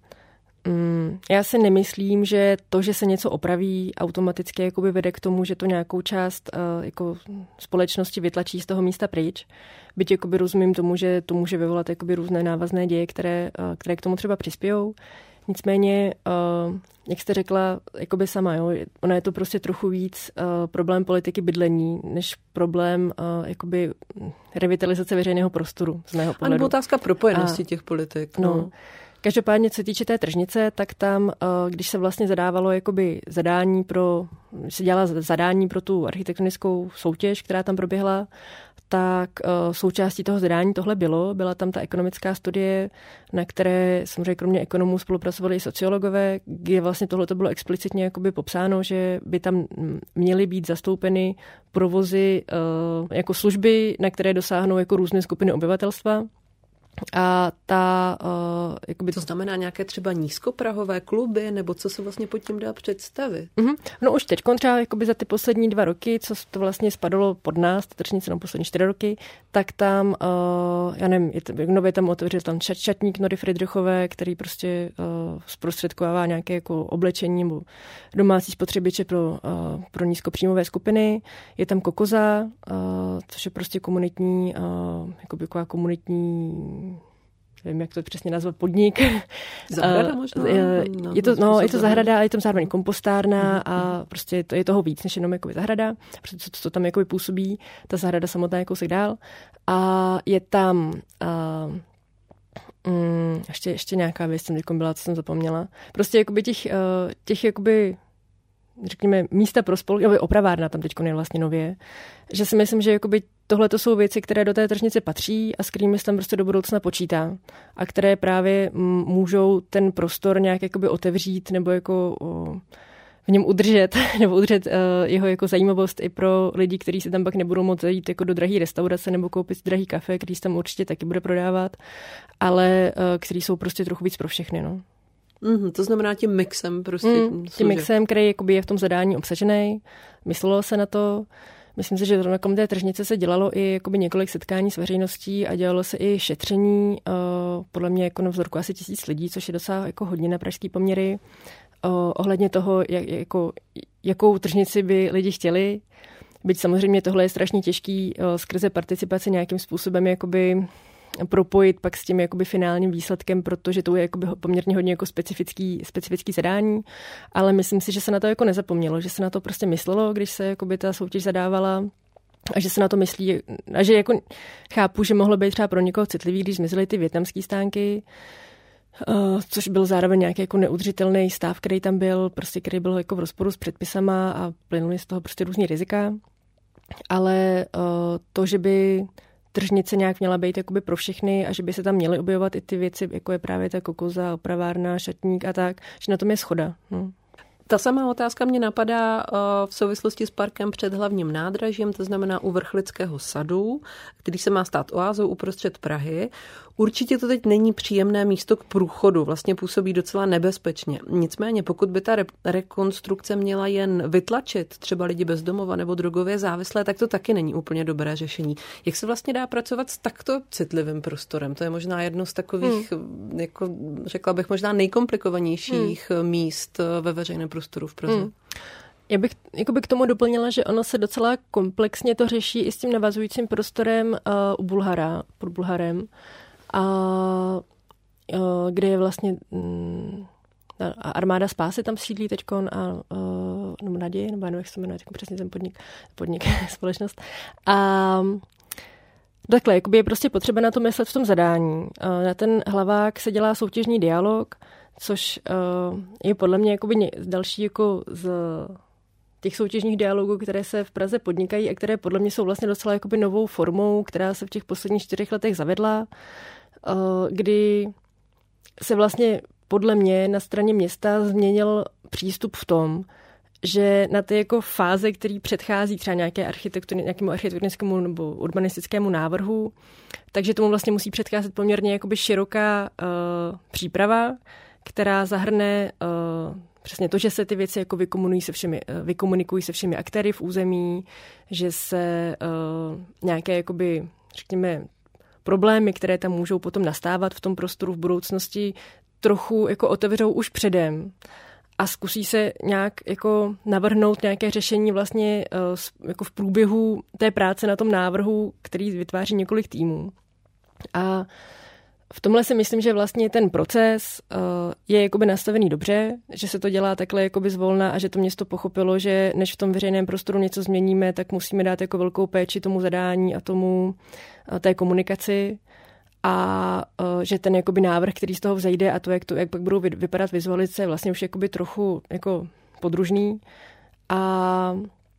Já si nemyslím, že to, že se něco opraví, automaticky jakoby vede k tomu, že to nějakou část jako společnosti vytlačí z toho místa pryč. Byť jakoby rozumím tomu, že to může vyvolat jakoby různé návazné děje, které, které k tomu třeba přispějou. Nicméně, jak jste řekla, jakoby sama, jo, ona je to prostě trochu víc problém politiky bydlení, než problém jakoby revitalizace veřejného prostoru, z mého pohledu. A nebo otázka propojenosti A, těch politik. No. no. Každopádně, co se týče té tržnice, tak tam, když se vlastně zadávalo jakoby zadání pro, se dělala zadání pro tu architektonickou soutěž, která tam proběhla, tak součástí toho zadání tohle bylo. Byla tam ta ekonomická studie, na které samozřejmě kromě ekonomů spolupracovali i sociologové, kde vlastně tohle bylo explicitně jakoby popsáno, že by tam měly být zastoupeny provozy jako služby, na které dosáhnou jako různé skupiny obyvatelstva. A ta, uh, jakoby... To znamená nějaké třeba nízkoprahové kluby, nebo co se vlastně pod tím dá představit? Mm-hmm. No už teď, třeba jakoby za ty poslední dva roky, co to vlastně spadalo pod nás, ta tržnice na poslední čtyři roky, tak tam, uh, já nevím, je to, nově tam otevřel tam šat, šatník Nory Friedrichové, který prostě uh, zprostředkovává nějaké jako oblečení nebo domácí spotřebiče pro, uh, pro nízkopříjmové skupiny. Je tam Kokoza, uh, což je prostě komunitní, uh, jakoby taková komunitní nevím, jak to přesně nazvat, podnik. Zahrada možná? Je, je to, no, je to zahrada, ale je tam zároveň kompostárna mm-hmm. a prostě je, to, je toho víc, než jenom jakoby zahrada, protože to, to tam jakoby působí, ta zahrada samotná je kousek dál. A je tam uh, um, ještě, ještě nějaká věc, jsem teď byla, co jsem zapomněla. Prostě jakoby těch, uh, těch jakoby řekněme, místa pro spolek, nebo opravárna tam teď je vlastně nově, že si myslím, že jakoby tohle to jsou věci, které do té tržnice patří a s kterými se tam prostě do budoucna počítá a které právě můžou ten prostor nějak jakoby otevřít nebo jako o, v něm udržet, nebo udržet uh, jeho jako zajímavost i pro lidi, kteří si tam pak nebudou moct jít jako do drahé restaurace nebo koupit drahý kafe, který se tam určitě taky bude prodávat, ale uh, který jsou prostě trochu víc pro všechny, no. Mm, to znamená tím mixem prostě. Mm, tím mixem, který jakoby je v tom zadání obsažený. Myslelo se na to. Myslím si, že na té tržnice se dělalo i jakoby několik setkání s veřejností a dělalo se i šetření. Uh, podle mě jako na vzorku asi tisíc lidí, což je docela jako hodně na pražský poměry. Uh, ohledně toho, jak, jako, jakou tržnici by lidi chtěli. Byť samozřejmě tohle je strašně těžký uh, skrze participaci nějakým způsobem jakoby propojit pak s tím jakoby finálním výsledkem, protože to je jakoby poměrně hodně jako specifický, specifický zadání, ale myslím si, že se na to jako nezapomnělo, že se na to prostě myslelo, když se jakoby ta soutěž zadávala a že se na to myslí a že jako chápu, že mohlo být třeba pro někoho citlivý, když zmizely ty vietnamské stánky, Uh, což byl zároveň nějaký jako neudržitelný stav, který tam byl, prostě který byl jako v rozporu s předpisama a plynuly z toho prostě různý rizika, ale uh, to, že by tržnice nějak měla být jakoby pro všechny a že by se tam měly objevovat i ty věci, jako je právě ta Kokoza, opravárna, šatník a tak, že na tom je shoda. No. Ta samá otázka mě napadá v souvislosti s parkem před hlavním nádražím, to znamená u Vrchlického sadu, který se má stát oázou uprostřed Prahy. Určitě to teď není příjemné místo k průchodu, vlastně působí docela nebezpečně. Nicméně, pokud by ta re- rekonstrukce měla jen vytlačit třeba lidi bez domova nebo drogově závislé, tak to taky není úplně dobré řešení. Jak se vlastně dá pracovat s takto citlivým prostorem? To je možná jedno z takových, hmm. jako řekla bych, možná nejkomplikovanějších hmm. míst ve veřejném prostoru v Praze. Hmm. Já bych jakoby k tomu doplnila, že ono se docela komplexně to řeší i s tím navazujícím prostorem uh, u Bulhara, pod Bulharem, a uh, kde je vlastně um, armáda spásy tam sídlí teďkon a uh, nebo Naděje, nebo já nevím, jak se jmenuje, jako přesně ten podnik, podnik společnost. A takhle, jakoby je prostě potřeba na to myslet v tom zadání. Uh, na ten hlavák se dělá soutěžní dialog, což uh, je podle mě jakoby další jako z těch soutěžních dialogů, které se v Praze podnikají a které podle mě jsou vlastně docela jakoby novou formou, která se v těch posledních čtyřech letech zavedla, uh, kdy se vlastně podle mě na straně města změnil přístup v tom, že na ty jako fáze, který předchází třeba nějaké architektur, nějakému architektonickému nebo urbanistickému návrhu, takže tomu vlastně musí předcházet poměrně jakoby široká uh, příprava, která zahrne uh, přesně to, že se ty věci jako vykomunikují se všemi, uh, vykomunikují se všemi aktéry v území, že se uh, nějaké jakoby, řekněme, problémy, které tam můžou potom nastávat v tom prostoru v budoucnosti, trochu jako otevřou už předem a zkusí se nějak jako navrhnout nějaké řešení vlastně uh, jako v průběhu té práce na tom návrhu, který vytváří několik týmů. A v tomhle si myslím, že vlastně ten proces uh, je jakoby nastavený dobře, že se to dělá takhle jakoby zvolna a že to město pochopilo, že než v tom veřejném prostoru něco změníme, tak musíme dát jako velkou péči tomu zadání a tomu uh, té komunikaci a uh, že ten jakoby návrh, který z toho vzejde a to, jak, to, jak pak budou vypadat vizualizace, je vlastně už jakoby trochu jako podružný. A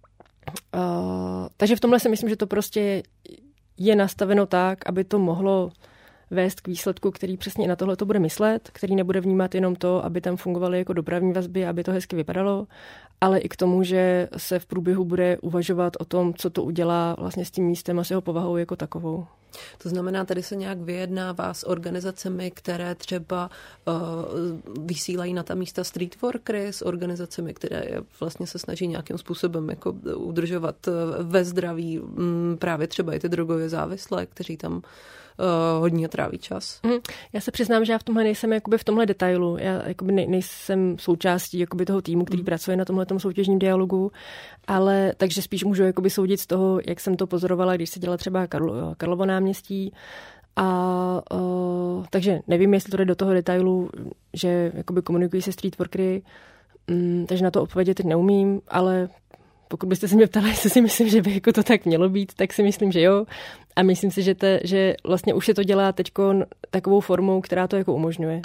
uh, takže v tomhle si myslím, že to prostě je nastaveno tak, aby to mohlo vést k výsledku, který přesně na tohle to bude myslet, který nebude vnímat jenom to, aby tam fungovaly jako dopravní vazby, aby to hezky vypadalo, ale i k tomu, že se v průběhu bude uvažovat o tom, co to udělá vlastně s tím místem a s jeho povahou jako takovou. To znamená, tady se nějak vyjednává s organizacemi, které třeba uh, vysílají na ta místa streetworkery, s organizacemi, které vlastně se snaží nějakým způsobem jako udržovat ve zdraví um, právě třeba i ty drogově závislé, kteří tam Uh, hodně tráví čas. Mm, já se přiznám, že já v tomhle nejsem jakoby v tomhle detailu. Já jakoby ne, nejsem součástí jakoby toho týmu, který mm. pracuje na tomhletom soutěžním dialogu, ale takže spíš můžu jakoby soudit z toho, jak jsem to pozorovala, když se dělala třeba Karlo, Karlovo náměstí. A uh, takže nevím, jestli to jde do toho detailu, že jakoby komunikují se streetworkery, mm, takže na to odpovědět teď neumím, ale pokud byste se mě ptala, jestli si myslím, že by jako to tak mělo být, tak si myslím, že jo. A myslím si, že, te, že vlastně už se to dělá teďko takovou formou, která to jako umožňuje.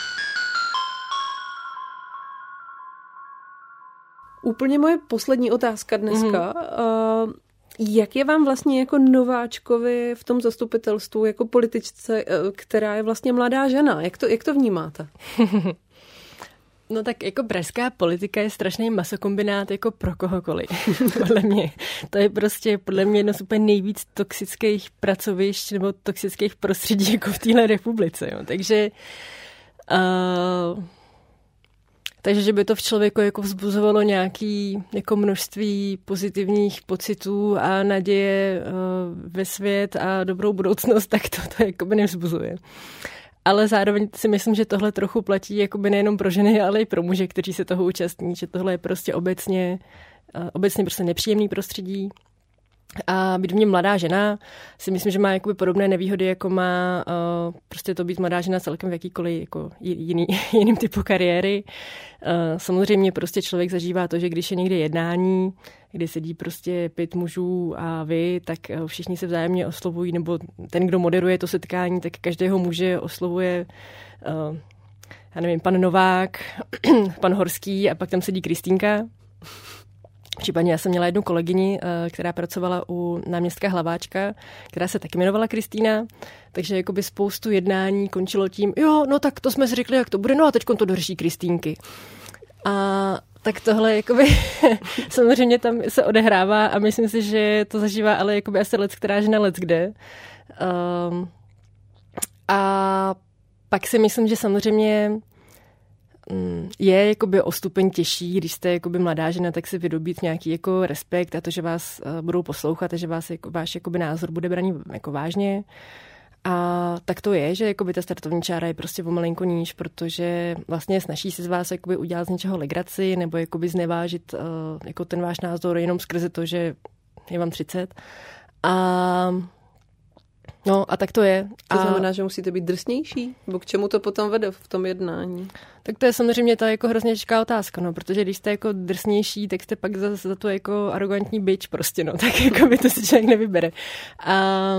Úplně moje poslední otázka dneska. Mm-hmm. Jak je vám vlastně jako nováčkovi v tom zastupitelstvu, jako političce, která je vlastně mladá žena? Jak to, jak to vnímáte? No tak jako pražská politika je strašný masokombinát jako pro kohokoliv. Podle mě. To je prostě podle mě jedno z úplně nejvíc toxických pracovišť nebo toxických prostředí jako v téhle republice. Jo. Takže uh, takže, že by to v člověku jako vzbuzovalo nějaké jako množství pozitivních pocitů a naděje uh, ve svět a dobrou budoucnost, tak to, to jako by nevzbuzuje. Ale zároveň si myslím, že tohle trochu platí jakoby nejenom pro ženy, ale i pro muže, kteří se toho účastní, že tohle je prostě obecně, obecně prostě nepříjemný prostředí. A být v něm mladá žena si myslím, že má jakoby podobné nevýhody, jako má uh, prostě to být mladá žena celkem v jakýkoliv jako jiný, jiným typu kariéry. Uh, samozřejmě prostě člověk zažívá to, že když je někde jednání, kde sedí prostě pět mužů a vy, tak uh, všichni se vzájemně oslovují, nebo ten, kdo moderuje to setkání, tak každého muže oslovuje uh, já nevím, pan Novák, pan Horský a pak tam sedí Kristýnka. Případně já jsem měla jednu kolegyni, která pracovala u náměstka Hlaváčka, která se taky jmenovala Kristýna, takže jakoby spoustu jednání končilo tím, jo, no tak to jsme si řekli, jak to bude, no a teď to dořeší Kristýnky. A Tak tohle jakoby, samozřejmě tam se odehrává a myslím si, že to zažívá ale jakoby asi lec, která žena lec kde. Um, a pak si myslím, že samozřejmě je jakoby o stupeň těžší, když jste jakoby mladá žena, tak si vydobít nějaký jako respekt a to, že vás uh, budou poslouchat a že vás, jako, váš jakoby názor bude braný jako vážně. A tak to je, že jakoby ta startovní čára je prostě o malinko níž, protože vlastně snaží se z vás jakoby udělat z něčeho legraci nebo jakoby znevážit uh, jako ten váš názor jenom skrze to, že je vám třicet. A no a tak to je. To a... znamená, že musíte být drsnější? Nebo k čemu to potom vede v tom jednání? Tak to je samozřejmě ta jako hrozně těžká otázka, no, protože když jste jako drsnější, tak jste pak za, za to jako arrogantní bitch prostě, no, tak jako by to si člověk nevybere. A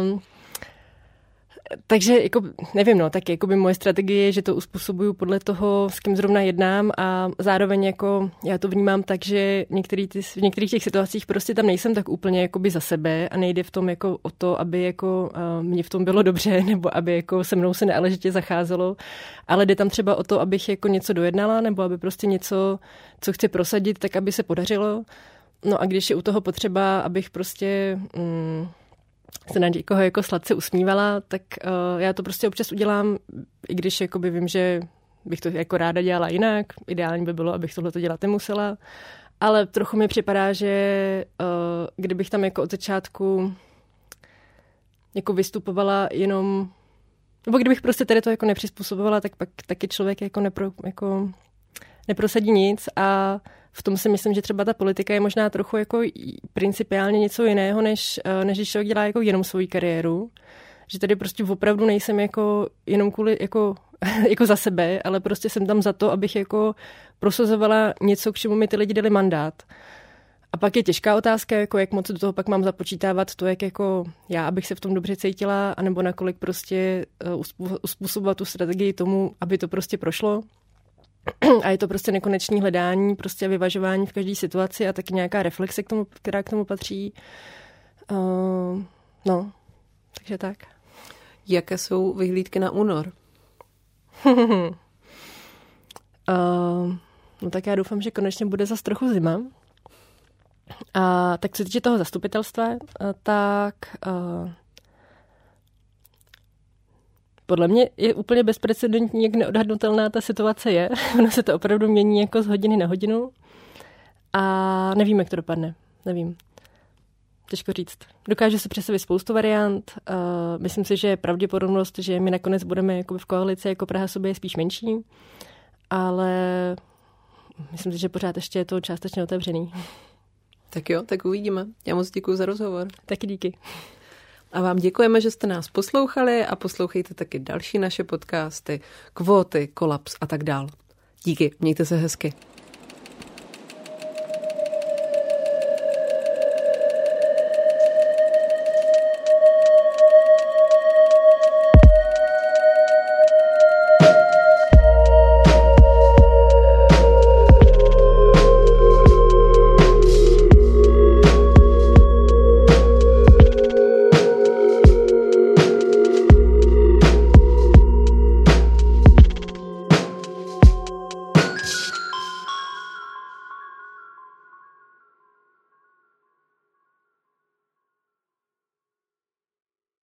takže, jako, nevím, no, tak jako by moje strategie je, že to uspůsobuju podle toho, s kým zrovna jednám a zároveň jako já to vnímám tak, že některý ty, v některých těch situacích prostě tam nejsem tak úplně jakoby za sebe a nejde v tom jako o to, aby jako uh, mě v tom bylo dobře nebo aby jako se mnou se nenáležitě zacházelo, ale jde tam třeba o to, abych jako něco dojednala nebo aby prostě něco, co chci prosadit, tak aby se podařilo. No a když je u toho potřeba, abych prostě... Mm, se na někoho jako sladce usmívala, tak uh, já to prostě občas udělám, i když jakoby vím, že bych to jako ráda dělala jinak. Ideální by bylo, abych tohleto dělat nemusela. Ale trochu mi připadá, že uh, kdybych tam jako od začátku jako vystupovala jenom, nebo kdybych prostě tady to jako nepřizpůsobovala, tak pak taky člověk jako, nepro, jako neprosadí nic a v tom si myslím, že třeba ta politika je možná trochu jako principiálně něco jiného, než, než když člověk dělá jako jenom svou kariéru. Že tady prostě opravdu nejsem jako jenom kvůli jako, jako za sebe, ale prostě jsem tam za to, abych jako prosazovala něco, k čemu mi ty lidi dali mandát. A pak je těžká otázka, jako jak moc do toho pak mám započítávat to, jak jako já, abych se v tom dobře cítila, anebo nakolik prostě uspůsobovat tu strategii tomu, aby to prostě prošlo. A je to prostě nekonečné hledání, prostě vyvažování v každé situaci a taky nějaká reflexe, k tomu, která k tomu patří. Uh, no, takže tak. Jaké jsou vyhlídky na únor? uh, no tak já doufám, že konečně bude zase trochu zima. A tak co se týče toho zastupitelstva, tak... Uh, Podle mě je úplně bezprecedentní, jak neodhadnutelná ta situace je. Ono se to opravdu mění jako z hodiny na hodinu. A nevím, jak to dopadne. Nevím. Těžko říct. Dokážu si představit spoustu variant. Uh, myslím si, že je pravděpodobnost, že my nakonec budeme jako v koalici jako Praha sobě je spíš menší. Ale myslím si, že pořád ještě je to částečně otevřený. Tak jo, tak uvidíme. Já moc děkuji za rozhovor. Taky díky. A vám děkujeme, že jste nás poslouchali a poslouchejte taky další naše podcasty, Kvóty, Kolaps a tak dál. Díky, mějte se hezky.